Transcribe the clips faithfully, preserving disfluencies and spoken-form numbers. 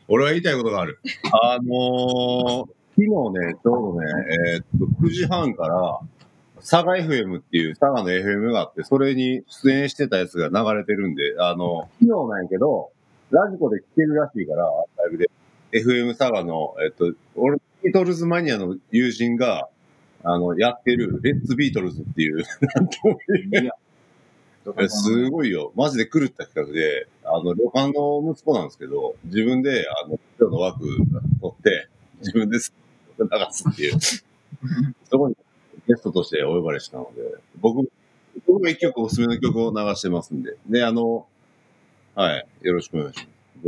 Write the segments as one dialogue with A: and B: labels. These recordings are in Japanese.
A: 俺は言いたいことがある。あのー、昨日ね、ちょうどね、えー、っと、くじはんから、佐賀 エフエム っていう佐賀の エフエム があって、それに出演してたやつが流れてるんで、あの、昨日なんやけど、ラジコで聴けるらしいから、アーカイブで。エフエム 佐賀の、えっと、俺、ビートルズマニアの友人が、あの、やってる、レッツビートルズっていう、なんとも言えないすごいよ。マジで狂った企画で、あの、旅館の息子なんですけど、自分で、あの、今日の枠取って、自分で流すっていう。そこにゲストとしてお呼ばれしたので、僕、僕も一曲おすすめの曲を流してますんで。で、あの、はい、よろしくお願いします。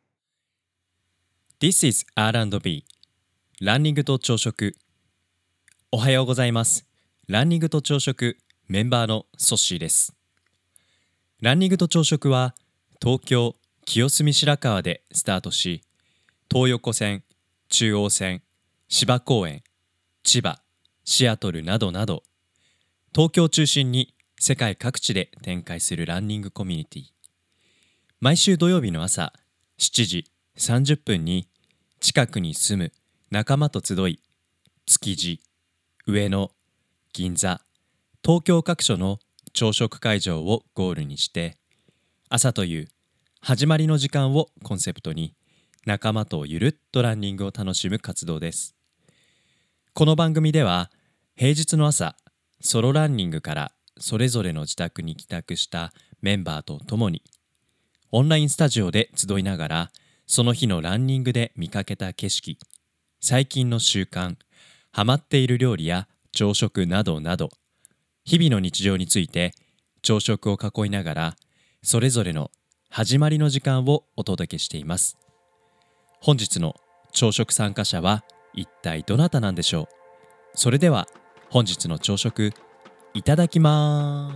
B: This is アールアンドビー ランニングと朝食。おはようございます。ランニングと朝食メンバーのソッシーです。ランニングと朝食は東京清澄白河でスタートし、東横線、中央線、芝公園、千葉、シアトルなどなど東京を中心に世界各地で展開するランニングコミュニティ。毎週土曜日の朝しちじさんじゅっぷんに近くに住む仲間と集い、築地、上野、銀座、東京各所の朝食会場をゴールにして、朝という始まりの時間をコンセプトに仲間とゆるっとランニングを楽しむ活動です。この番組では平日の朝、ソロランニングからそれぞれの自宅に帰宅したメンバーと共にオンラインスタジオで集いながら、その日のランニングで見かけた景色、最近の習慣、ハマっている料理や朝食などなど、日々の日常について朝食を囲いながら、それぞれの始まりの時間をお届けしています。本日の朝食参加者は一体どなたなんでしょう。それでは本日の朝食いただきます。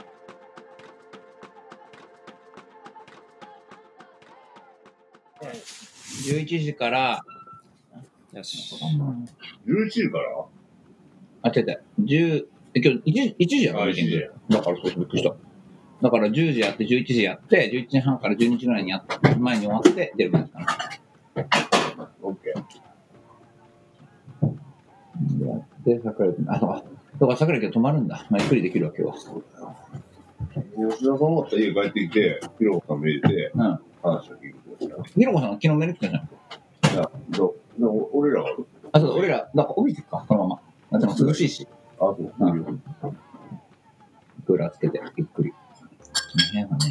C: じゅういちじから
B: よし。
A: じゅういちじから
C: あ、違う違う。じゅう、え、今日いちじ、いちじやろ、
A: あ
C: ミーティング
A: いちじ
C: だからそうびっくりした。だからじゅうじやって、じゅういちじやって、じゅういちじはんからじゅうにじぐらいにやって前に終わって出る感じかな。
A: オッケ
C: で、やって桜井君、あ、そうか。だから桜井君泊まるんだ。まあ、ゆっくりできるわけよ。
A: ー。吉田さんも家帰ってきて、ヒロコさん見れて、
C: うん。
A: 話を聞くことした。
C: ひろこさんは昨日メール来たじゃん。
A: いや、どでも俺らは、
C: あ、そうだ、俺ら、なんか降りてくか、このまま。でも涼しいし、
A: あ、そう、
C: うんクーラーつけて、ゆっくり。この部屋がね。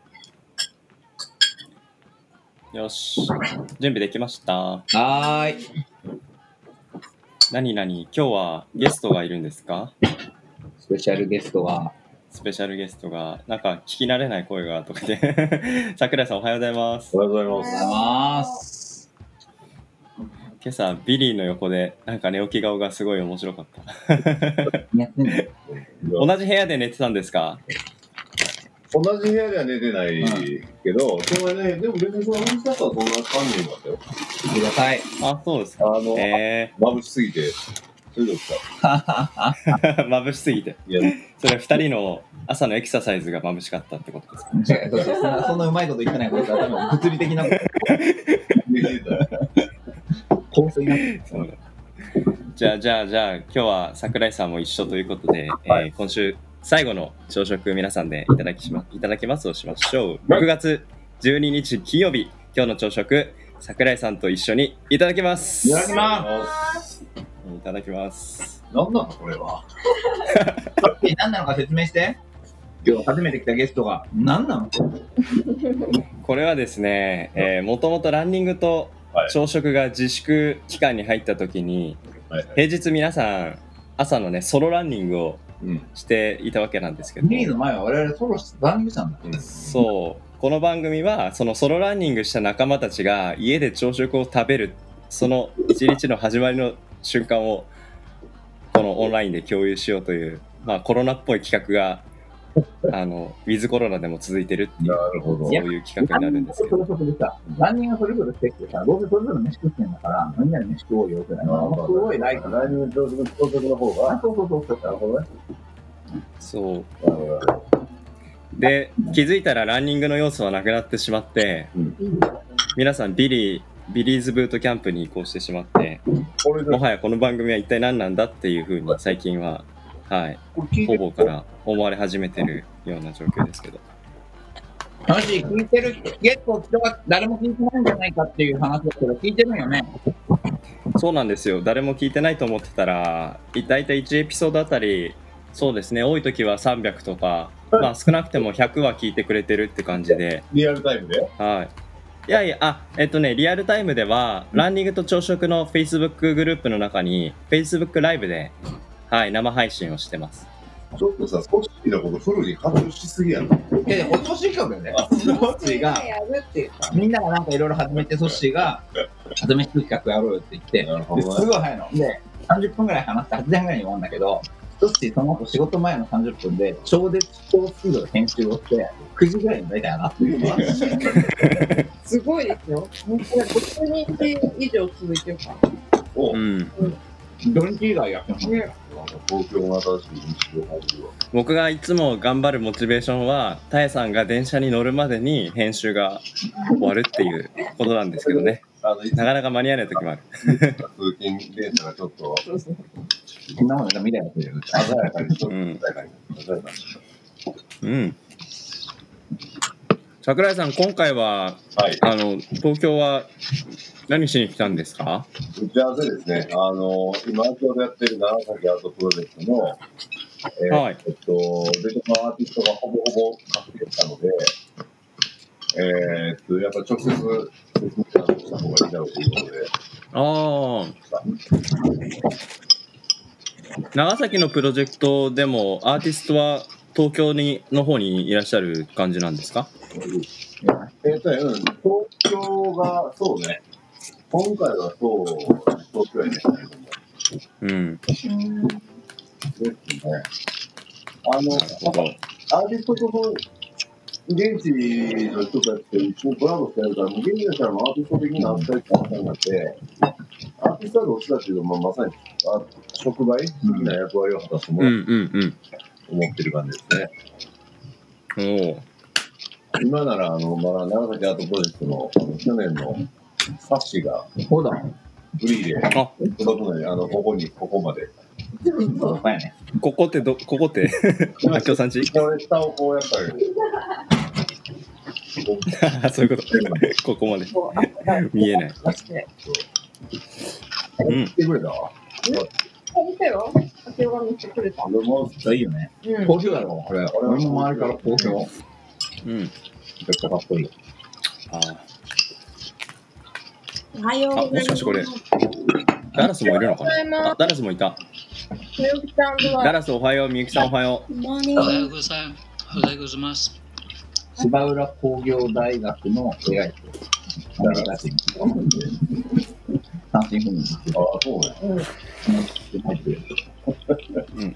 B: よし。準備できました。
C: はーい。
B: 何々、今日はゲストがいるんですか？
C: スペシャルゲストは、
B: スペシャルゲストが、なんか聞き慣れない声がとかで桜井さんおはようございます。
A: おはようございま
C: おはようございます。
B: 今朝ビリーの横でなんか寝起き顔がすごい面白かった
C: やってんの？
B: 同じ部屋で寝てたんですか？
A: 同じ部屋では寝てないけど、それね、でも別にその話だったらそんな感じだったよ。
C: 見てください。
B: あ、そうですか。
A: あの、
B: え
A: 眩しすぎて、それで起きた。
B: ー、眩しすぎて。
A: いや、
B: それふたりの朝のエクササイズが眩しかったってことですか？
C: 違うそうそうそんなそんなうまいこと言ってないことは多分物理的な
A: 寝てた。
C: 構成になってる。
B: そうだ。じゃあじゃあじゃあ今日は桜井さんも一緒ということで、
A: はい
B: えー今週最後の朝食皆さんでいただきしまいただきますをしましょう。ろくがつじゅうににち金曜日、今日の朝食桜井さんと一緒にいただきます。
A: いただきます。
B: いただきます。
A: なんなのこれは。
C: え何なのか説明して。今日初めて来たゲストが何なの？
B: これはですね、えー、もともとランニングと朝食が自粛期間に入った時に、
A: はいはい、
B: 平日皆さん朝のねソロランニングをしていたわけなんですけど、
C: ミーの前は我々ソロランニングしたんだ、
B: うん、そうこの番組はそのソロランニングした仲間たちが家で朝食を食べるその一日の始まりの瞬間をこのオンラインで共有しようという、まあ、コロナっぽい企画があのウィズコロナでも続いてるっていう、
A: なるほど、
B: そういう企画になるんですけど、
C: それそれでさ、ランニングそれぞれしてきてさ、どうせそれぞれ飯食ってんだから、みんなで飯食おうよってなる。
A: まあまあ、
C: すごいライト
A: ランニング朝食朝食の方が、
C: そうそうそうそう。
A: なるほどね。
B: そう
A: なるほど。
B: で気づいたらランニングの要素はなくなってしまって、
A: うん、
B: 皆さんビリービリーズブートキャンプに移行してしまって、
A: これで
B: もはやこの番組は一体何なんだっていう風に最近は、はい、
A: これ聞いてる
B: ほぼから思われ始めてるような状況ですけど。
C: もし聞いてる結構人が誰も聞いてないんじゃないかっていう話だけど、聞いてるよね。
B: そうなんですよ。誰も聞いてないと思ってたら、だいたいいちエピソードあたり、そうですね、多い時はさんびゃくとか、まあ少なくてもひゃくは聞いてくれてるって感じで、
A: リアルタイムで
B: はい。いやいや、あ、えっとね、リアルタイムでは、ランニングと朝食の Facebook グループの中に、Facebook ライブで、はい、生配信をしてます。
A: ちょっとさ、少しのことフルに発表しすぎやろ。
C: いやいや、おとしいかもよね。ソッシーが、みんながなんかいろいろ始めて、ソッシーが、始めて企画やろうよって言って、
A: なるほどね
C: ですごい早いの。で、さんじゅっぷんぐらい話してはちじはんぐらいに終わるんだけど、ソッシーその後仕事前のさんじゅっぷんで、超絶高スピードで編集をして、くじぐらいに大体上がってるの。
D: すごいですよ。本当にごじゅうにち以上続いてるから。
A: おう
B: うん。
C: 土日以外やってます。
D: ね、
A: 東京の新しい日常が入るわ。
B: 僕がいつも頑張るモチベーションは、タエさんが電車に乗るまでに編集が終わるっていうことなんですけどね。
A: あの、いつ
B: なかなか間に合わない時もある。
A: 通勤電車がちょっと
D: そうそう。
C: そんなもんね、未来のせいで。
A: 鮮やかに、ちょっと
B: うん
A: 鮮やかに、鮮やかに。
B: うん。桜井さん、今回は、
A: はい。
B: あの、東京は何しに来たんですか？
A: 打ち合わせですね。あの、今ちょうどやってる長崎アートプロジェクトの、えー
B: はい
A: えっと、ベトナムアーティストがほぼほぼ確定したので、えーっと、やっぱ直接説明した方がいいだろうということで、
B: ああ。長崎のプロジェクトでもアーティストは東京にの方にいらっしゃる感じなんですか？
A: えーっとね、うん、東京が、そうね、今回はそう、東京やね。
B: うん。
A: ですね。あの、
B: なるほど。
A: アーティストと現地の人たちと一緒にコラボしてるから、もう現地の人らもアーティスト的な扱い方になって、アーティストはどっちかっていうと、まあ、まさにあ触媒的な役割を果たしても
B: うん
A: らう
B: うんうん。
A: と思ってる感じですね。
B: おお。
A: 今なら、あの、まあ、長崎アートプロジェクトのあの去年のサッシが
C: そうだ。
A: フリーで
B: あ、
A: 届くのに、あの、ここに、ここまで。
C: そうだね。
B: ここってど、ここってあきょうさんち
A: これ下をこうやったり。
B: そういうこと。ここまで
D: こうあ
B: 見えない。
D: 出して。
B: うん
A: 来てくれたわ。
D: 見てよ。竹雄が見てくれた。
A: でも、
C: いいよね。
D: うん。
C: 好評だろ、これ。俺も周りから好評。
B: うん。
C: めっちゃかっこいい。
B: あ
D: おはよう
B: あ。あ、
D: ございます。
B: もしかしてこれ、ダラスもいるのか
D: おはようございます
B: なあ、ダラスもいた。
D: そよぎちゃんとは。
B: ダラスおはよう、みゆきさんおはよう。
D: モーニン
E: おはよう
D: グ。
E: ございます。おはようございます。
C: 芝浦工業大学の映画室。アメリカ人。単身赴任して
A: ああ、そうね。
D: うん。
C: 入ってる。
B: うん。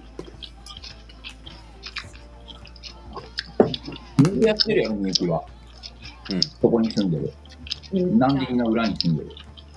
C: みゆきやってるよ、みゆきは。
B: うん。
C: そこに住んでる。
D: うん。
C: 南京の裏に住んでる。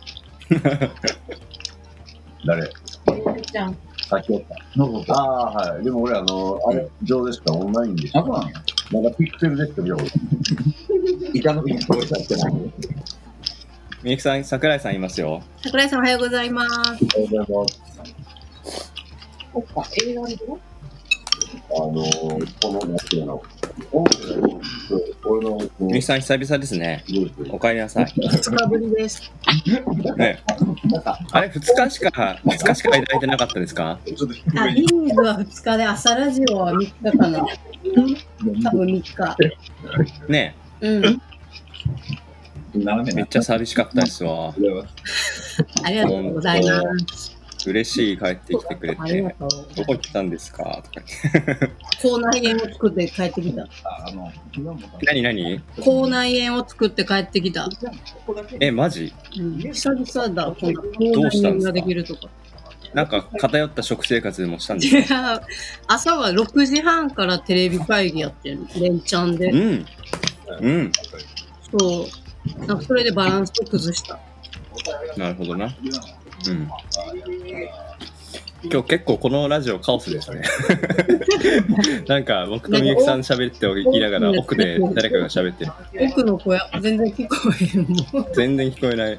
A: 誰
D: そよぎちゃん。
C: 先おった。のこ
A: ああ、はい。でも俺、あの、あれ、上でしかオンラインでし
C: あ、
A: か。
C: そうなんや。
A: まだピクセルでしか見たこと
C: イカの時に通りちゃってない。
B: みゆきさん、桜井さんいますよ。
D: 桜井さんおはようございます。
A: ない。ありがとうございます。
D: そっか、映画で。
A: あのー、この、なんていうの、音声の、俺の、こう
B: みゆきさん久々ですね。
A: どうです
B: お帰りなさい。
D: 二日ぶりです。
B: ね、
C: なんか、
B: あれ、ふつかしか、ふつかしか間空いてなかったですか？
A: ちょっと低
D: あ、
A: めに。
D: リングはふつかで、朝ラジオはみっかかな。多分みっか。
B: ね
D: うん。
C: 斜め
B: めっちゃ寂しかったですわ。
D: ありがとうございます。
B: 嬉しい、帰ってきてくれ
D: ありが
B: て。
D: とう。
B: どこ行ったんですかとか言って。
D: 口内炎を作って帰ってきた。
C: あの、
B: 何何
D: 口内炎を作って帰ってきた。
B: え、マジ
D: うん、久々だ、こんな口
B: どうしたんですか
D: 内炎ができるとか。
B: なんか偏った食生活でもしたんで
D: 違う
B: すか？
D: 朝はろくじはんからテレビ会議やってるの、連チャンで。
B: うん。うん。
D: そう。なんかそれでバランスを崩した。
B: なるほどな。うん。 今日結構このラジオカオスですね。なんか僕とみゆきさん喋っておきながら奥で誰かが喋ってる。
D: 奥の声全然聞こえんもん。
B: 全然聞こえない。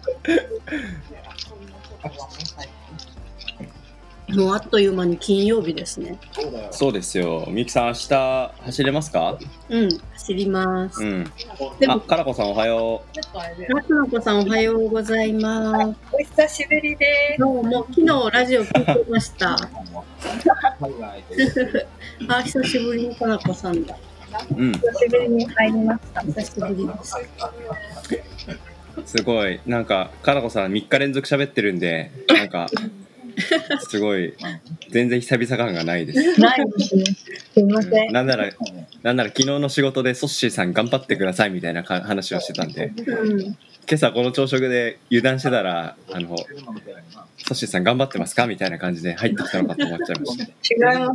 D: もうあっという間に金曜日ですね。
B: そうですよ。みゆきさん明日走れますか？
D: うん、走ります。
B: うん。
D: でも
B: あ、かなこさんおはよ
D: 夏の子さんおはようございます。
F: お久しぶりです。
D: どうも昨日ラジオ聞いてました。あ、久しぶりにかなこさんだ。
B: う。うん。
F: 久しぶりに入りました。
D: 久しぶりです。
B: すごい。なんかかなこさんみっか連続喋ってるんで、なんかすごい全然久々感がないです。
F: ないですね。すみません。
B: なんならなんなら昨日の仕事でソッシーさん頑張ってくださいみたいなか話をしてたんで、
D: うん、
B: 今朝この朝食で油断してたらあのソッシーさん頑張ってますかみたいな感じで入ってきたのかと思っちゃいまし
F: 違います。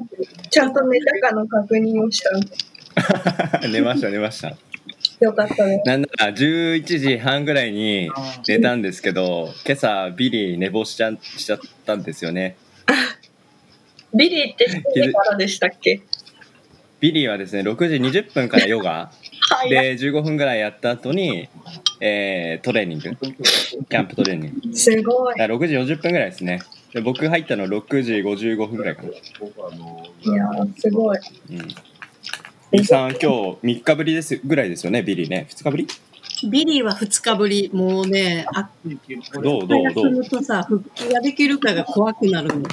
F: ちゃんと寝たかの確認をしたんで。
B: た。寝ました寝ました。
F: よかったです。
B: なんならじゅういちじはんぐらいに寝たんですけど、今朝ビリー寝坊しちゃしちゃったんですよね。
F: ビリーってしちじからでしたっけ？
B: ビリーはですねろくじにじゅっぷんからヨガ
F: はい。
B: でじゅうごふんぐらいやった後に、えートレーニングキャンプトレーニング
F: すごい。
B: だからろくじよんじゅっぷんぐらいですね。で僕入ったのろくじごじゅうごふんぐらいかな。
F: いやーすごい。
B: うん。みゆきさん今日みっかぶりですぐらいですよね。ビリーねふつかぶり？
D: ビリーはふつかぶり。もうね、あ
B: どうどうど
D: 休
B: う？
D: むとさ、復帰ができるかが怖くなるの。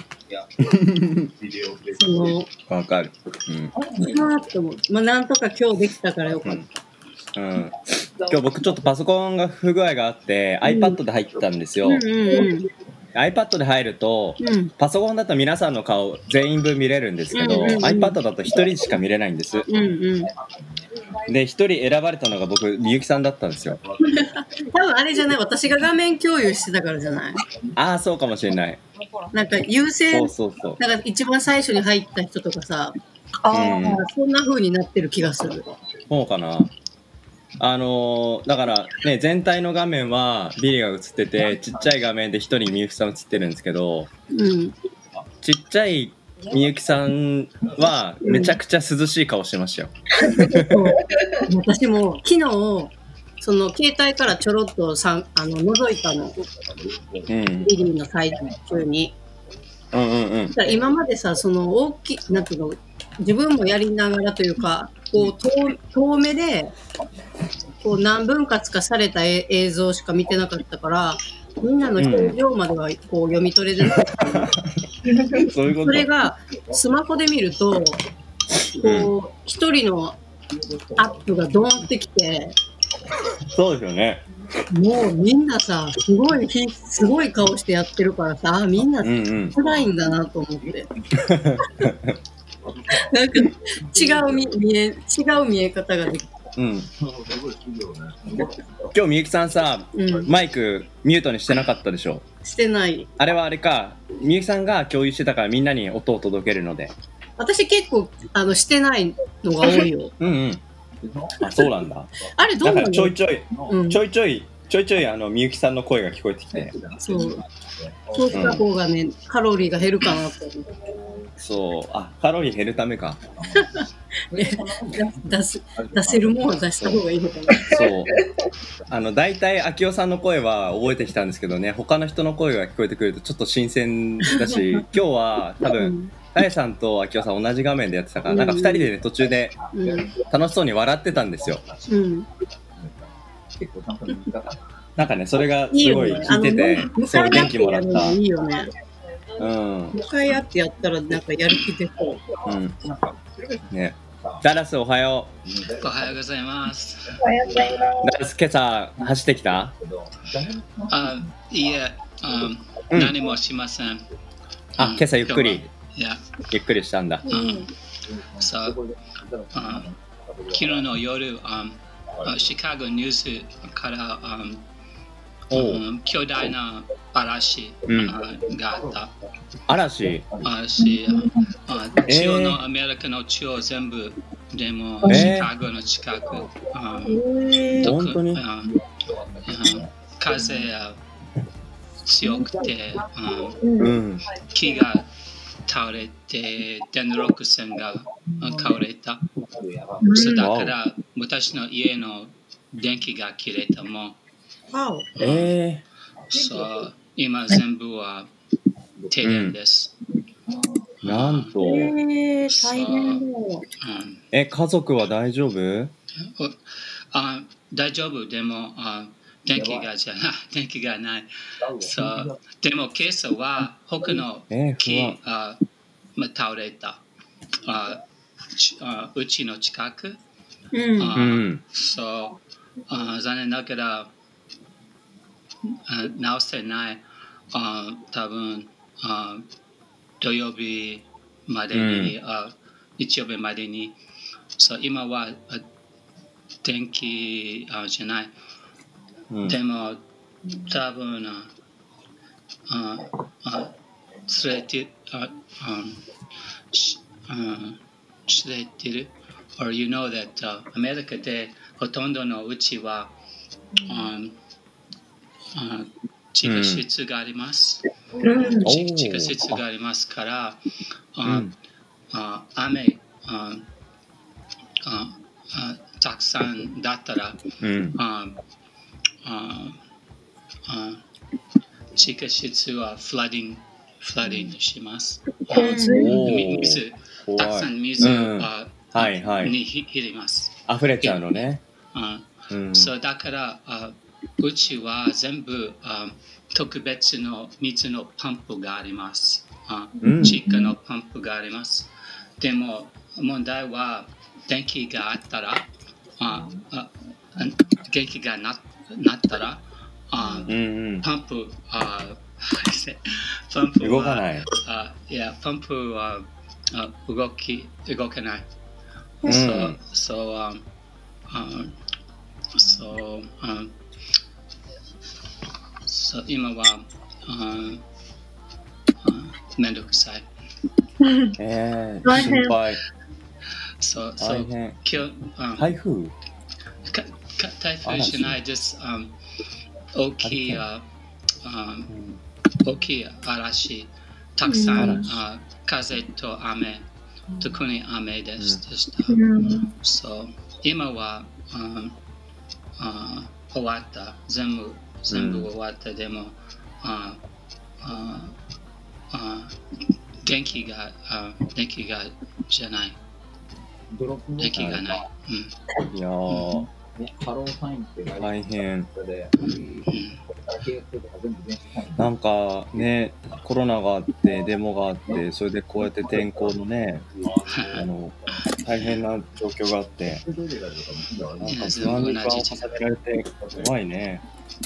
D: その、
B: わかる。うん。
D: あーって思う。まあなんとか今日できたからよかった。
B: うん、今日僕ちょっとパソコンが不具合があって iPad で入ったんですよ。
D: うんうんうん。
B: iPad で入ると
D: うん
B: パソコンだと皆さんの顔全員分見れるんですけど、
D: うんうんうん
B: iPad だとひとりしか見れないんです。
D: うんうん。
B: でひとり選ばれたのが僕みゆきさんだったんですよ。
D: 多分あれじゃない、私が画面共有してたからじゃない。
B: ああそうかもしれない。
D: なんか優
B: そ
D: 先
B: う、そうそう。
D: なんか一番最初に入った人とかさ、
F: あ
B: うん
F: ー
D: そんな風になってる気がする。
B: そうかな。あのーだからね全体の画面はビリーが映っててちっちゃい画面でひとりみゆきさん映ってるんですけど、
D: うん。
B: ちっちゃいみゆきさんはめちゃくちゃ涼しい顔してましたよ。
D: そう私も昨日、その携帯からちょろっとさんあの覗いたの、
B: うん
D: ビリーの最中に。
B: うんうんうん
D: だから今までさ、その大きい、なんていうの、自分もやりながらというか、こう遠遠目で、こう何分割かされたえ映像しか見てなかったから、みんなの表情まではこう読み取れてなかった。
B: そういうこと。
D: それがスマホで見ると、こう一人のアップがドーンってきて、
B: そうですよね。
D: もうみんなさ、すごいひ、すごい顔してやってるからさ、あみんな
B: うんうん。
D: 辛いんだなと思って。なんか違う見見え、違う見え方ができた。
B: うん。今日みゆきさんさ、
D: うん、
B: マイクミュートにしてなかったでしょ。
D: してない。
B: あれはあれか、みゆきさんが共有してたからみんなに音を届けるので。
D: 私結構、あの、してないのが多いよ。
B: うんうん。あ、そうなんだ。
D: あれど
B: だか
D: うなの？
B: らちょいちょい、
D: うん
B: ちょいちょい、ちょいちょいあのみゆきさんの声が聞こえてきて。
D: そう。そうした方がね、カロリーが減るかなと思って。
B: そう、あ、カロリー減るためか。
D: ね出す出せるもんは出した方がいいのかな。
B: そう。あの大体秋代さんの声は覚えてきたんですけどね、他の人の声が聞こえてくるとちょっと新鮮だし、今日は多分
D: うん
B: あやさんと秋代さん同じ画面でやってたから、なんかふたりでね途中で
D: うん
B: 楽しそうに笑ってたんですよ。
D: うん、
B: なんかねそれが
D: いいよね。
B: すごい聞いてて、
D: あの
B: そう
D: 向かい合っ
B: 元気もらった。
D: てやるのいいよね。
B: うん
D: 向かい合ってやったらなんかやる気出そう。
B: うん。ね。ダラスおはよ
E: おはようございます。
F: おはようございます。
B: う。ダラス今朝走ってきた？
E: あ、いえ、あ
B: うん
E: 何もしません。
B: あ、今朝ゆっくり
E: いや、
B: ゆっくりしたんだ。
E: うんそうあ昨日の夜、ああシカゴニュースからあ
B: おう
E: うん巨大な嵐、
B: うん
E: あがあった。
B: 嵐。
E: 嵐、あ
B: えー
E: 地方のアメリカの地方全部でも、
B: えー
E: シカゴの近く、あ
D: えー
E: 特
B: 本当に
E: ああ風や強くて、う
B: うんん。
E: ん、木が倒れて、電力線が倒れた。そうだから私の家の電気が切れたもん。
D: わお。
B: え
E: そう今全部は停電です。
B: ー、なんと。
D: えー、大変だ。
E: うん
B: え、家族は大丈夫？
E: おあ大丈夫、でもあ電気がじゃない、電気がない。そうでも今朝は他の
B: えー、不
E: 木
B: 安。
E: あ、ま、倒れたあちあ。うちの近く、
D: うん。
E: あ
B: うん。
E: そうあ残念ながらあ直せない。あ多分あ土曜日までに、
B: うん、
E: あ日曜日までに。そう今はあ電気あじゃない。
B: うん、
E: でも多分ああ連れてああしあ連れてる。Or you know that、uh, アメリカでほとんどのうちは、um, あ地下室があります。
F: うん
E: 地
B: おー
E: 地下室がありますから、
B: う
E: あ
B: ん、
E: あ雨あああたくさんだったら、
B: うん、
E: あああ地下室はフラッディング、フラッディングします。あ
F: 洪水
B: おー、
E: み水、たく
B: 怖い。
E: さん水、
B: うん
E: あ
B: はいはい。
E: にひ減ります。
B: 溢れちゃうのね。
E: あ
B: うん。
E: そうだからあうちは全部あ特別の水のパンプがあります。あ
B: うん
E: 地下のパンプがあります。でも問題は電気があったら、ああ電気がななったら、あ
B: うんうん。
E: パンプ、あパンプは
B: 動かない。
E: あいや、パンプはあ動き動かない。
B: うん
E: そうそうああそうあそう今はああめんどくさい。
B: えー、
F: 大変
B: 心配。
E: そうそう
B: 大変。
E: 今日あ
B: 台風？
E: かか台風じゃないです。あ大きいああ
B: うん
E: 大きい嵐、たくさん、
B: 嵐
E: あ風と雨、特に雨でしでした。
F: うん
E: そう今はああ終わった。全部全部終わった。でもあああ電気があ電気がじゃない。電気がない。うん
B: いやー、
C: ハローサインって
B: 大変。
C: で、
E: うん
B: なんかね、コロナがあって、デモがあって、それでこうやって天候のね、あの、大変な状況があって、なんか不安に不安を重ねられて怖いね。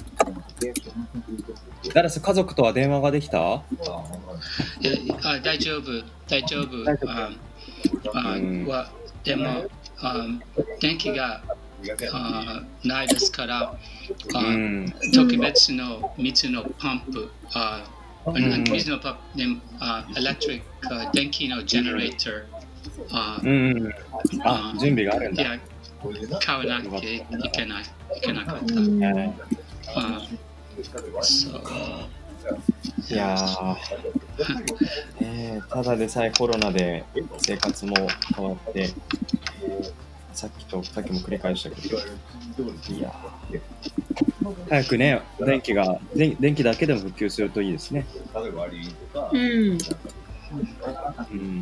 B: ダラス、家族とは電話ができた？
E: いやあ大丈夫、大丈夫。
B: 大丈夫
E: ああ
B: うん
E: はでもあ電気があないですから、あ
B: うん。
E: 特別の水のパンプ、あ
B: ん
E: 水のパンプであエレクトリック、あ電気のジェネレーター、あ
B: うんうん。あ、準備があるんだ。
E: いや買わなきゃいけない、いけなかった。
B: え
E: あそう
B: ーいやー、ねえただでさえコロナで生活も変わって、さっきとさっきも繰り返したけど、いやー早くね、電気が電電気だけでも復旧するといいですね。
D: うん。
B: うん。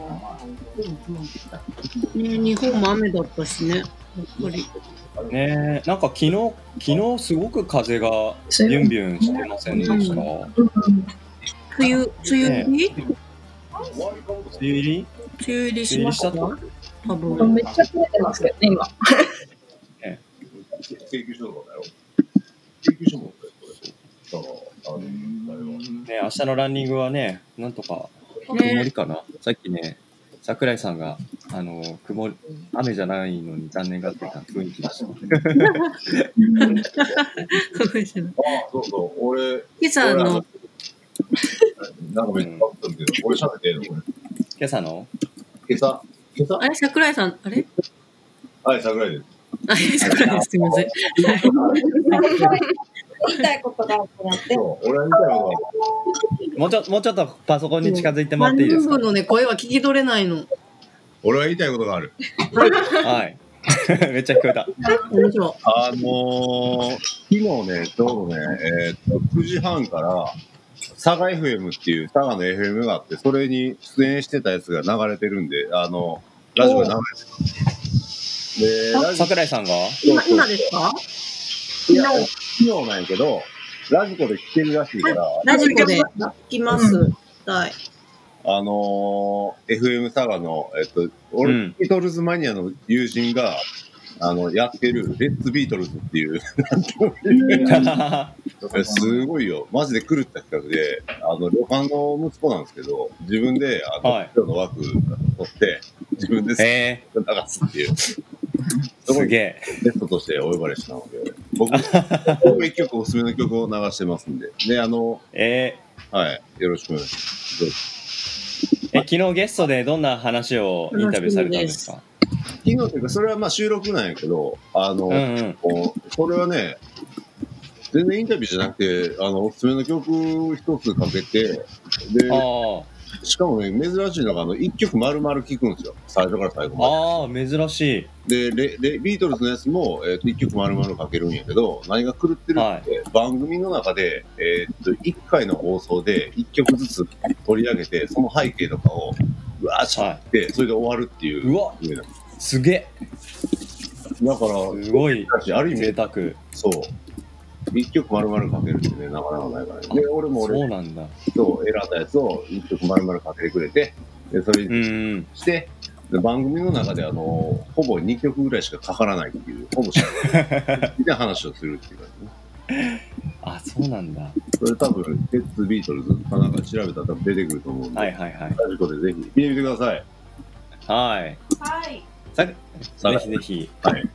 D: ね、日本も雨だったしね。やっぱり。
B: ねえなんか昨日昨日すごく風がビュンビュンしてませんでした？梅
D: 梅雨、梅雨入り、
B: 雨入り？
D: 梅雨入りしました
B: 梅雨入
D: 多分。
F: めっちゃ増えてますけどね、今。
A: 請求書とかだよ。請求書もだからあの
B: ね、明日のランニングはね、なんとか曇りかな。さっきね、桜井さんがあの曇り雨じゃないのに残念がってた雰囲気でした。
A: あそうそう俺
D: 今朝あの、
A: なんかめっちゃあったけど、俺喋ってんのこれ。
B: 今朝の
A: 今朝今朝
D: あれ、桜井さん、あれ
A: はい桜井です。
D: あれ、桜井です。すみません。
F: 言いたいことがあってなって。
A: そう、俺は言いたいことがある。
B: もうちょもうちょっとパソコンに近づいてもらっていいですか
D: 半分のね、声は聞き取れないの。
A: 俺は言いたいことがある。
B: はいめっちゃ聞こえた。
D: 面白い。
A: あのー、昨日ね、ちょうどね、えーっと、くじはんから、佐賀 エフエム っていう佐賀の エフエム があって、それに出演してたやつが流れてるんで、あの、ラジオが流れてる。で、ラジ
B: 桜井さんが
D: 今、今ですか？
A: いや、昨日なんやけど、ラジコで聞けるらしいから、
D: ラジコで聞きます。はい。
A: あのー、エフエム 佐賀の、えっと、俺、
B: うん
A: ビートルズマニアの友人が、あの、やってる、レッツビートルズっていう、すごいよ。マジで狂った企画で、あの、旅館の息子なんですけど、自分で、あの、
B: はい
A: 今日の枠取って、自分で
B: え
A: 流すっていう、
B: ー、すげえ。
A: ゲストとしてお呼ばれしたので、僕、僕も一曲おすすめの曲を流してますんで、で、あの、
B: え
A: はい、よろしくお願いします。どうぞ
B: ー、え昨日ゲストでどんな話をインタビューされたんですか？
A: 昨日というか、それはまあ収録なんやけど、あの、
B: うんうん
A: こうそれはね、全然インタビューじゃなくて、あの、おすすめの曲一つかけて、で、
B: あ
A: しかもね、珍しいのが、あの、一曲丸々聴くんですよ。最初から最後
B: ー
A: ま
B: あー珍しい。
A: で。で、レレビートルズのやつも、えっ、と、一曲丸々かけるんやけど、何が狂ってるって、番組の中で、えっ、と、一回の放送で一曲ずつ取り上げて、その背景とかを、うわーしゃって、それで終わるっていう。
B: うわ
A: 上なん
B: すげえ。
A: だから、
B: すごい
A: ある意味、
B: 贅沢。
A: そう。一曲丸々かけるってね、なかなかないからね。で、俺も俺
B: そうなんだ。
A: と選んだやつを一曲丸々かけてくれて、で、それ
B: う
A: に
B: ん
A: して、で番組の中であの、ほぼにきょくぐらいしかかからないっていう、ほぼしない。で、話をするっていう感じね。
B: あ、そうなんだ。
A: それ多分、レッツビートルズかなんか調べたら多分出てくると思うんで、
B: はいはいはい。
A: ラジコでぜひ聞いてみてください。
B: はい。
F: はい。
B: さ
A: さ
B: ぜひぜひ。
A: はい。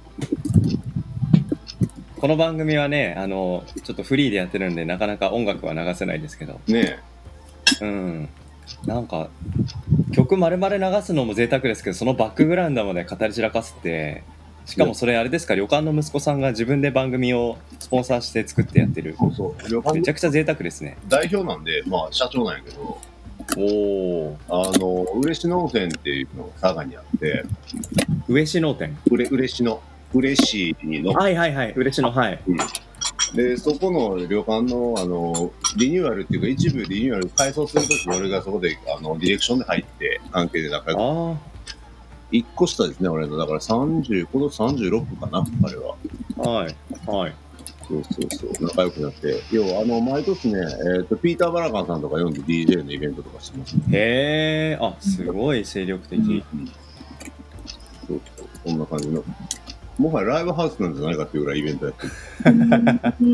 B: この番組はね、あの、ちょっとフリーでやってるんで、なかなか音楽は流せないですけど、
A: ね
B: うん。なんか、曲丸々流すのも贅沢ですけど、そのバックグラウンドまで語り散らかすって、しかもそれあれですか、旅館の息子さんが自分で番組をスポンサーして作ってやってる。
A: そうそう。旅館の
B: めちゃくちゃ贅沢ですね。
A: 代表なんで、まあ、社長なんやけど、
B: おお。
A: あの、嬉野温泉っていうのが佐賀にあって、
B: 嬉野店。
A: うれ嬉野、嬉しいの、
B: はいはいはい。嬉野、はい。
A: で、そこの旅館の、あの、リニューアルっていうか、一部リニューアル改装するときに俺がそこで、あの、ディレクションで入って、関係で仲良く、
B: あ
A: 一個下ですね、俺の。だからさんじゅう、今年さんじゅうろくかな、彼は。
B: あ。はい。はい。
A: そうそうそう、仲良くなって。要は、あの、毎年ね、えっ、と、ピーター・バラカンさんとか読んで ディージェー のイベントとかしてますね。
B: へえ。あ、すごい精力的。
A: うんそうそう、こんな感じの。もはやライブハウスなんじゃないかっていうぐらいイベントやってる。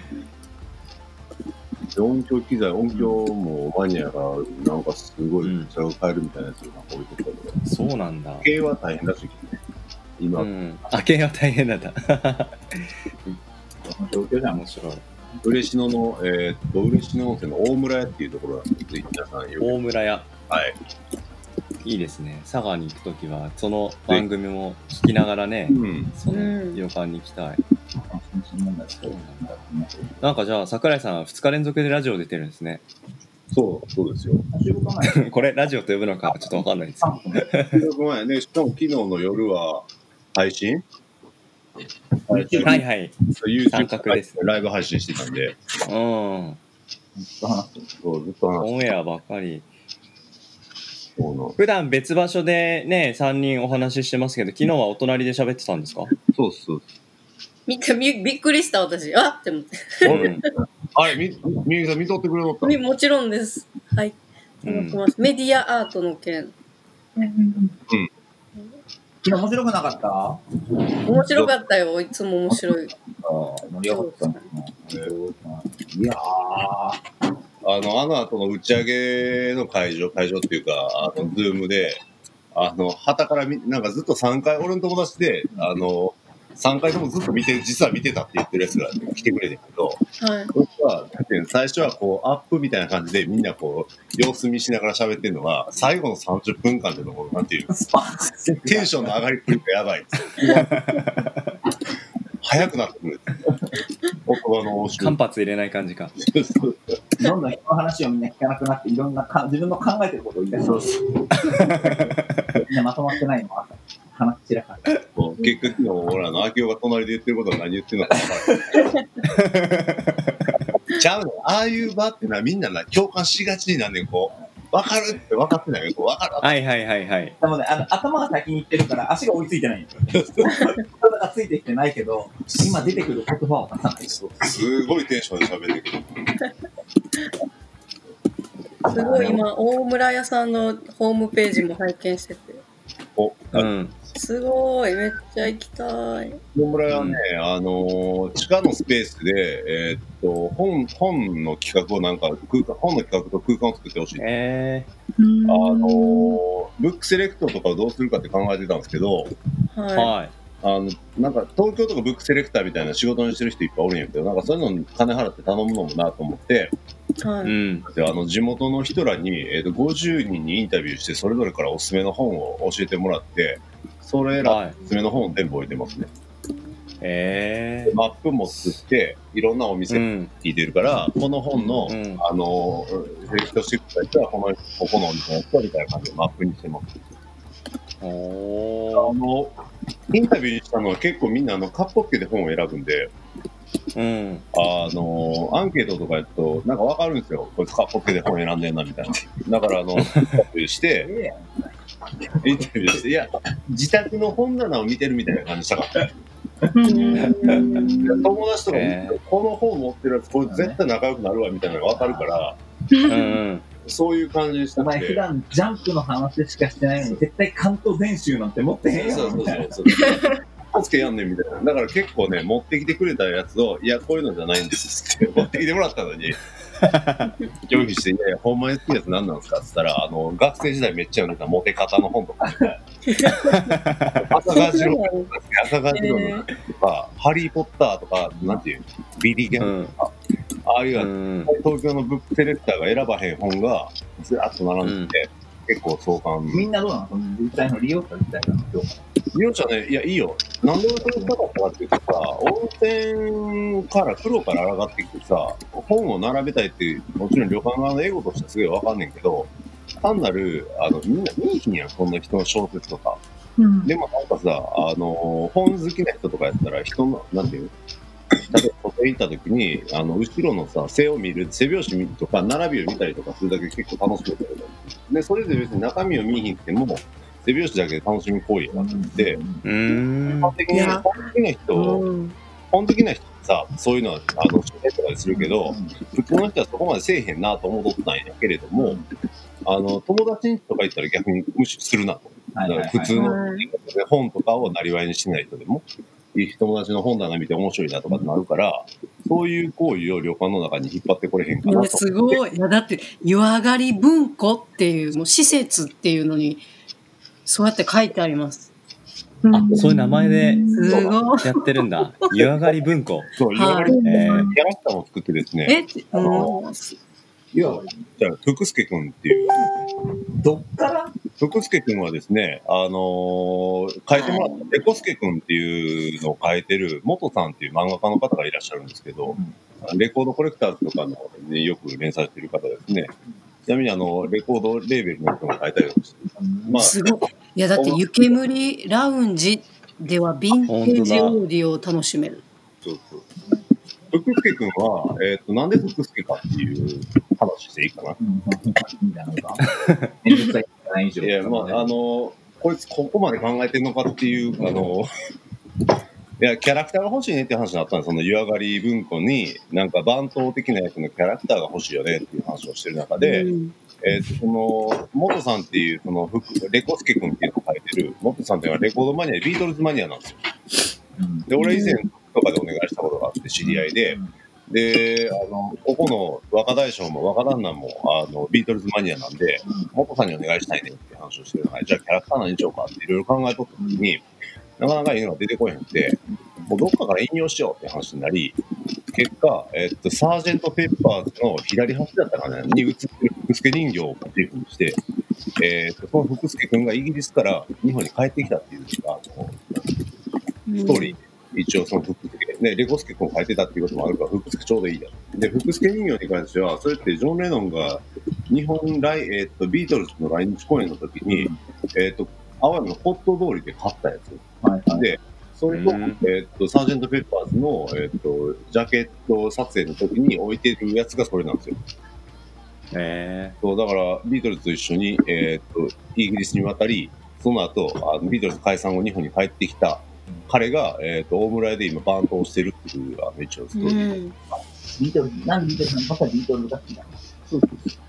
A: で音響機材、音響もマニアがなんかすごい
B: うん
A: それを変えるみたいなやつをなんか置いてたけど、
B: そうなんだ。
A: 経営は大変らしいけどね。今、
B: うん。あけは大変だった。
C: 状況じゃん。
B: 面白い。
A: 嬉野の、えーっと、嬉野温泉の大村屋っていうところなんで、ぜひ皆さんよく。
B: 大村屋。
A: はい。
B: いいですね。佐賀に行くときは、その番組も聞きながらね
A: う、ん。
B: その
F: うん
B: 旅館に行きたい。
C: そうなんだ。そうなんだ。
B: なんかじゃあ、桜井さんふつか連続でラジオ出てるんですね。
A: そう、そうですよ。
C: 収録前
B: これ、ラジオと呼ぶのかちょっとわかんないですけど。
A: 収録前ね、しかも昨日の夜は配信配信
B: はいはい。
A: YouTube
B: 三角です
A: ライブ配信してたんで、
B: うん。
C: ずっと話してる。
A: そうずっと話し
B: オンエアばっかり。
A: ての。
B: 普段別場所でね、さんにんお話ししてますけど、昨日はお隣で喋ってたんですか？
A: そうそう。
D: 見て、みびっくりした私。あって思って。
B: うん。
A: あれ、み、みゆきさん見とってくれとった
D: みもちろんです。はい。
B: うん
D: 思ってます。メディアアートの件。
C: 昨日面白くなかった？あ
D: 面白かったよ。いつも面白い。
C: あ、盛り上がったね。いやー、
A: あの、あの後の打ち上げの会場、会場っていうか、あの、ズームで、あの、旗から見、なんかずっとさんかい、俺の友達で、あの、さんかいともずっと見て、実は見てたって言ってるやつが来てくれてるけど、
D: はい。
A: 僕は、最初はこう、アップみたいな感じでみんなこう、様子見しながら喋ってるのが、最後のさんじゅっぷんかんでの、こうなんていう、テンションの上がりっぷりがやばいんですよ。早くなってくる。音葉の応酬。
B: 間髪入れない感じか。
C: どんどん人の話をみんな聞かなくなって、いろんなか自分の考えてることを言い出す。そうそうみんなまとまってないのは話散らかる。
A: 結果、昨日、ほら、の秋夫が隣で言ってることは何言ってるのか分からない。ちゃうの、ああいう場ってな、みんなな、共感しがちになんねん、こう。分かるって分かってないよ、こう分かる。
B: はいはいはいはい。
C: でもね、あの頭が先に行ってるから足が追いついてないんですよ。体がついてきてないけど、今出てくる言葉を出さない。
A: すごいテンションで喋ってくる。
F: すごい今、大村屋さんのホームページも拝見してて。
A: お、
B: うん。
F: すごい、めっちゃ行きたい。
A: 大村はね、うん、あのー、地下のスペースで、えー、っと本、本の企画をなんか空間、本の企画と空間を作ってほしい。
B: え
A: ー、あのー、ブックセレクトとかをどうするかって考えてたんですけど、
F: はい。
A: あのなんか東京とかブックセレクターみたいな仕事にしてる人いっぱいおるんやけど、なんかそういうのに金払って頼むのもなと思って、
F: はい、
B: うん、
A: であの地元の人らに、えー、とごじゅうにんにインタビューして、それぞれからおすすめの本を教えてもらって、それらおすすめの本を全部置いてますね。
B: えー、
A: マップも作っていろんなお店聞いてるから、うん、この本の、うん、あのセレクトしてくれた人はこのここのお店の人みたいな感じでマップにしてます。
B: お
A: あのインタビューにしたのは結構みんなあのカッポッケで本を選ぶんで、
B: うん、
A: あのアンケートとかやるとなんか分かるんですよ、こいつカッポッケで本選んでんなみたいな。だからあのインタビューしてインタビューして、いや自宅の本棚を見てるみたいな感じしたかった。友達とか、えー、この本持ってるやつこれ絶対仲良くなるわみたいなのが分かるから、うん、そういう感じにしたくて。
C: お前普段ジャンプの話しかしてないのに絶対関東全集なんて持ってへんよみたいな。
A: コスケやんねんみたいな。だから結構ね、持ってきてくれたやつを、いやこういうのじゃないんですって持ってきてもらったのに拒否して、いやいやほんまに好きなやつ何なんですかって言ったら、あの学生時代めっちゃ読んでたモテ方の本とか赤川次郎赤川次郎のとか、ハリーポッターとか、なんていうビリー・ギャンとか、うん、ああいう、うん、東京のブックセレクターが選ばへん本がずらっと並んでて、うん、結構壮観。
C: みんなどうなの？その実際の利用者自体の評価。
A: 利用者ね、いやいいよ。なんでそれしたかったかっていうとさ、温泉から風呂から上がってきてさ、本を並べたいっていう、もちろん旅館側の英語としてはすごいわかんねんけど、単なるあのみんな見いひんやん、そんな人の小説とか。うん、でもなんかさ、あの本好きな人とかやったら人のなんていう。例えば外行った時にあの後ろのさ背を見る背拍子とか並びを見たりとかするだけで結構楽しくて、でそれで別に中身を見に行っても背拍子だけで楽しみ行為やなって、うん、本的に本的な人、うん、本的な人さそういうのはあの知ってとかでするけど、普通の人はそこまでせえへんなと思っとったんやけれども、あの友達とか行ったら逆に無視するなと。だから普通の本とかをなりわいにしてない人でも友達の本棚見て面白いなとかってなるから、そういう行為を旅館の中に引っ張ってこれへんかなと。
D: すごい。いやだって湯上がり文庫っていうもう施設っていうのにそうやって書いてあります。
B: あ、そういう名前でやってるんだ。湯上がり文庫。
A: そう、湯上がり、えー、キャラクターを作ってですね。
D: え、あの
A: いや、じゃあ福助君っていう。
C: どっから
A: 福助君はですね、あのー、書いてもらったレコスケ君っていうのを書いてる元さんっていう漫画家の方がいらっしゃるんですけど、うん、レコードコレクターズとかの、ね、よく連載してる方ですね。ちなみにあのレコードレーベルの人が書いたりとかして、
D: まあ、すごい。いやだって湯煙ラウンジではヴィンテージオーディオを楽しめる。
A: そうそう。福助君は、えーと、なんで福助かっていう話していいかな。いや、まあ、あの、こいつここまで考えてんのかっていう、あの、いや、キャラクターが欲しいねっていう話になったんです。その湯上がり文庫に、なんか番頭的な役のキャラクターが欲しいよねっていう話をしてる中で、うん、えーと、その、元さんっていう、その、レコスケ君っていうのを書いてる、元さんっていうのはレコードマニアでビートルズマニアなんですよ。で、俺以前とかでお願いしたことがあって知り合いで、で、あの、ここの若大将も若旦那も、あの、ビートルズマニアなんで、元さんにお願いしたいねって話をしてるので、じゃあキャラクター何にしようかっていろいろ考えとった時に、なかなかいいのが出てこへんって、もうどっかから引用しようって話になり、結果、えっと、サージェント・ペッパーズの左端だったかなに映ってる福助人形をモチーフにして、えっと、その福助君がイギリスから日本に帰ってきたっていう、あの、ストーリー、一応その福助ね、レコスケ君を書いてたっていうこともあるから、福助ちょうどいいじゃん。で、福助人形に関しては、それってジョン・レノンが日本来、えー、っと、ビートルズの来日公演の時に、えー、っと、青山のホット通りで買ったやつ。
C: はいはい、
A: で、それと、
B: うん
A: えー、っと、サージェント・ペッパーズの、えー、っと、ジャケット撮影の時に置いてるやつがそれなんですよ。
B: へ
A: そう、だから、ビートルズと一緒に、えー、っと、イギリスに渡り、その後、あのビートルズ解散後日本に帰ってきた彼が、えー、っと、大村屋で今バンドをしてるっていう、あの、一応ストーリー。
D: うん。
C: ビートルズ、なんでビートルズなのまたビートルズが好きなの？
A: そう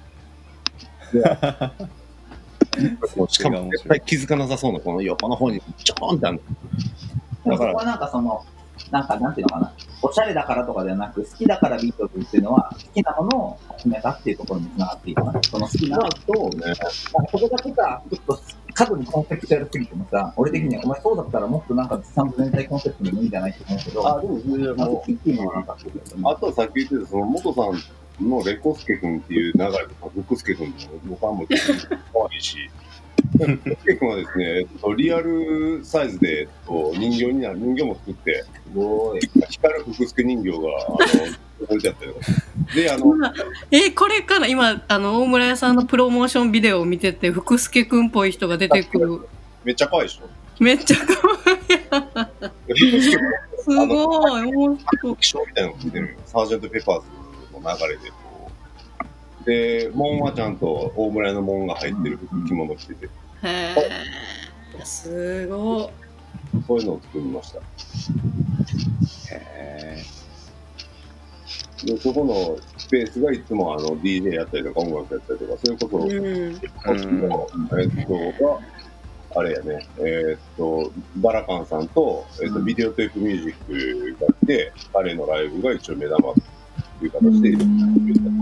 A: そうしかも絶対気づかなさそうなこの横の方にちょーんってある
C: だから、そこはなんかその、なんかなんていうのかな、おしゃれだからとかではなく、好きだからビートルズっていうのは、好きなものを始めたっていうところにつながっていくかな。その好きな、
A: まあそうね。
C: なんかそこだけさ、ちょっと過度にコンセプチュアルすぎてもさ、俺的には、お前そうだったらもっとなんかちゃんと全体コンセプトでもいいんじゃないって思うけど、
A: あ、でもそれで
C: まず
A: も
C: 好きっていうのはなんかそうだよね。
A: あとはさっき言ってたその元さんのレコスケ君っていう流れとか、福助君の僕はも可愛いし、福助君はですね、えっと、リアルサイズで、えっと、人形になる人形も作って、
C: すごい。
A: 光る福助人形があの置いてあったりとか。で、あの、
F: 今えこれから今あの大村屋さんのプロモーションビデオを見てて福助くんっぽい人が出てくる。
A: めっちゃ可愛いでしょ。
F: めっちゃ可愛い。
A: 福助君
F: すごい面白い。
A: 気象みたいなのが出てるよ。サージェント・ペッパーズの流れでこう。で、門はちゃんと大村屋の門が入ってる着物着てて、
F: へえすごい。
A: そういうのを作りました。
B: え。
A: で、そこのスペースがいつもあの ディージェー やったりとか音楽やったりとか、そういうことを、
F: うん。
A: こっちの、えっと、が、あれやね、えっと、バラカンさんと、えっと、ビデオテープミュージックがあって、彼のライブが一応目玉という形で入れてくれた。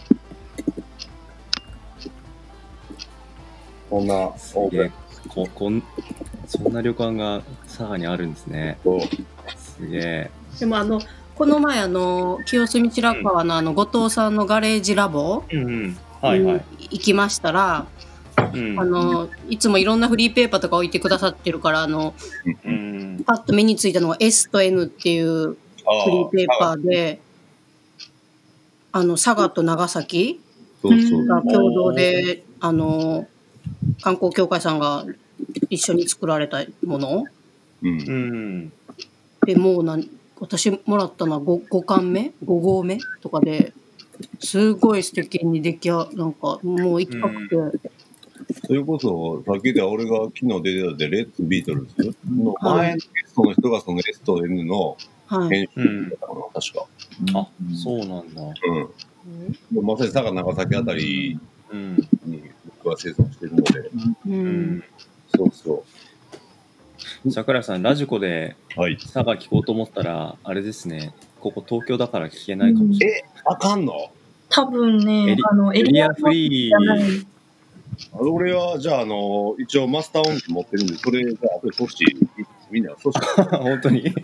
A: そんな、オープン
B: ここんそんな旅館が佐賀にあるんですね。
A: と、
B: すげえ。
D: でもあの、この前あの、清澄白河のあの、後藤さんのガレージラボ
B: うんうん。はいはい。
D: に行きましたら、
B: うん
D: あの、いつもいろんなフリーペーパーとか置いてくださってるから、あの、
B: うん。
D: パッと目についたのが S と N っていうフリーペーパーで、あの、佐賀と長崎
A: そうそう。
D: が共同で、あの、観光協会さんが一緒に作られたもの
A: うん
B: う。ん。
D: で、もうなん私もらったのは 5, 5巻目ご号目とかですごい素敵に出来上がなんかもう行きたくて、
A: それこそ、さっきで俺が昨日出てたで、レッツビートルズの前のゲストの人がその S と N の
D: はい。
A: 編集だったかな、確か。
B: あ、そうなんだ。
A: うん。まさに佐賀長崎あたり
B: うん。
A: に僕は生産してるので、
D: う
B: うんん。
A: そうそ
B: 桜井さん、ラジコで
A: う。はい。
B: 佐賀聞こうと思ったら、あれですね、ここ東京だから聞けないかもしれない。
A: え、あかんの
G: 多分
B: エ
G: ね
B: リ、
G: あの、
B: エリアフリ
G: じゃない。
B: ー。
A: あ俺は、じゃあ、あの、一応マスター音機持ってるんで、それ、じゃあ、後でソシ、みんな、ソシ、
B: 本当に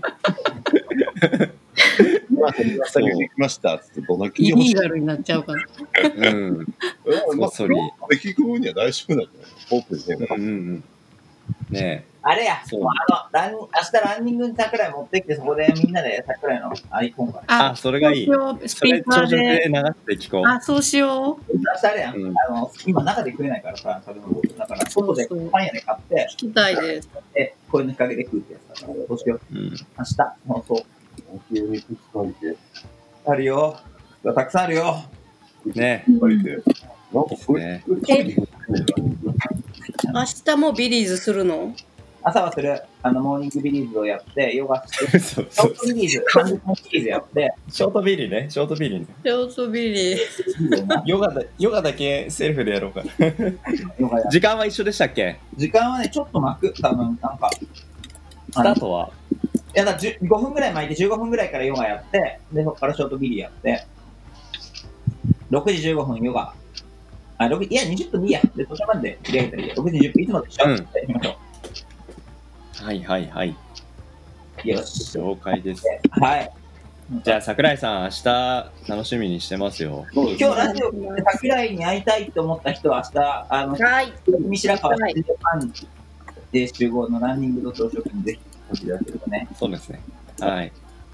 A: まあ、マスターできましたっつって、どんな聞い
D: イ
A: てほしい。
D: リーガルになっちゃうから。
B: うん。
A: まあ、
B: そり
A: で聞く分には大丈夫だから、オープンでね。
B: うんうん。ね
C: あれや、
B: そう
C: もうあの、ラン明日ランニングに桜井持ってきて、そこでみんなで桜井のアイコンから。
B: え。あ、それがいい。
D: スピーカー
B: それ朝食で
D: で。
B: 流して聞こう。
D: あ、そうしよう。
C: 明日あれやん、
B: うん
C: あの、今中で食えないからさ、食べ物だから、外でパン屋で買って、
D: 聞きたいです。
C: で、こういうの日陰で食うってやつだから、どうしよう。
B: うん。
C: 明日、もうそう。
A: 急にくっつかれて、
C: あるよ。たくさんあるよ。
B: ね
A: くっつかれて、なんか、これ、
B: ね
A: これ、食べて
D: 明日もビリーズするの？
C: 朝はする、あの、モーニングビリーズをやって、ヨガして、
B: そう
C: シ
B: そう
C: ョートビリーズ、さんじゅっぷんシリーズやって、
B: ショートビリーね。ショートビリーね。
D: ショートビリー。
B: ヨガだ、ヨガだけセルフでやろうかな。
C: ヨガや
B: 時間は一緒でしたっけ？
C: 時間はね、ちょっと巻く、多分なんか、
B: スタートは？
C: いやだからごふんぐらい巻いてじゅうごふんぐらいからヨガやって、で、そこからショートビリーやって、ろくじじゅうごふんヨガ。あ、ろくいや、にじゅっぷんでいいや。で、途中まで切り上げたらいいや。ろくじじゅっぷん、いつもと一緒
B: うん
C: やっていきましょ
B: はいはいはい。
C: う。よし。
B: 了解です。
C: はい。
B: じゃあ桜井さん、明日楽しみにしてますよ。
A: そうです
C: 今日ラジオで桜井に会いたいと思った人は明日、あの、
D: はい。
C: 三白川しちじはんで集合のランニングと朝食にぜひお越しいただけるとね。
B: そうですね。はい。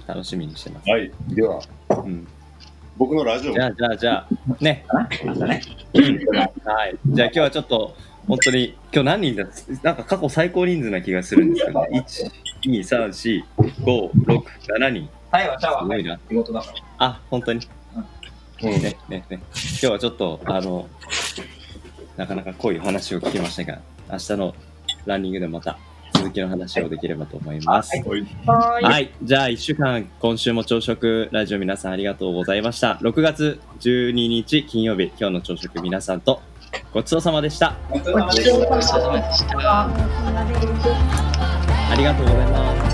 B: 楽しみにしてます。
A: はい。では、
B: うん、
A: 僕のラジオ
B: じゃあ、じゃあ、じゃあ、ね。
C: またね。
B: はい。じゃあ今日はちょっと、本当に、今日何人だなんか過去最高人数な気がするんですけど、ね、いち、に、さん、よん、ご、ろく、ななにん。
C: 最後はシャワー
B: すごいな。
C: 仕事だから。
B: あ、本当に。
A: うん。
B: ね、ね、ね。今日はちょっと、あの、なかなか濃い話を聞きましたが、明日のランニングでまた続きの話をできればと思います。
A: はい。
F: はーい。
B: はい。じゃあいっしゅうかん、今週も朝食ラジオ皆さんありがとうございました。ろくがつじゅうににち金曜日、今日の朝食皆さんとごちそうさまでした。
C: ごちそうさまでした。
E: ごちそうさまでした。
B: ありがとうございます。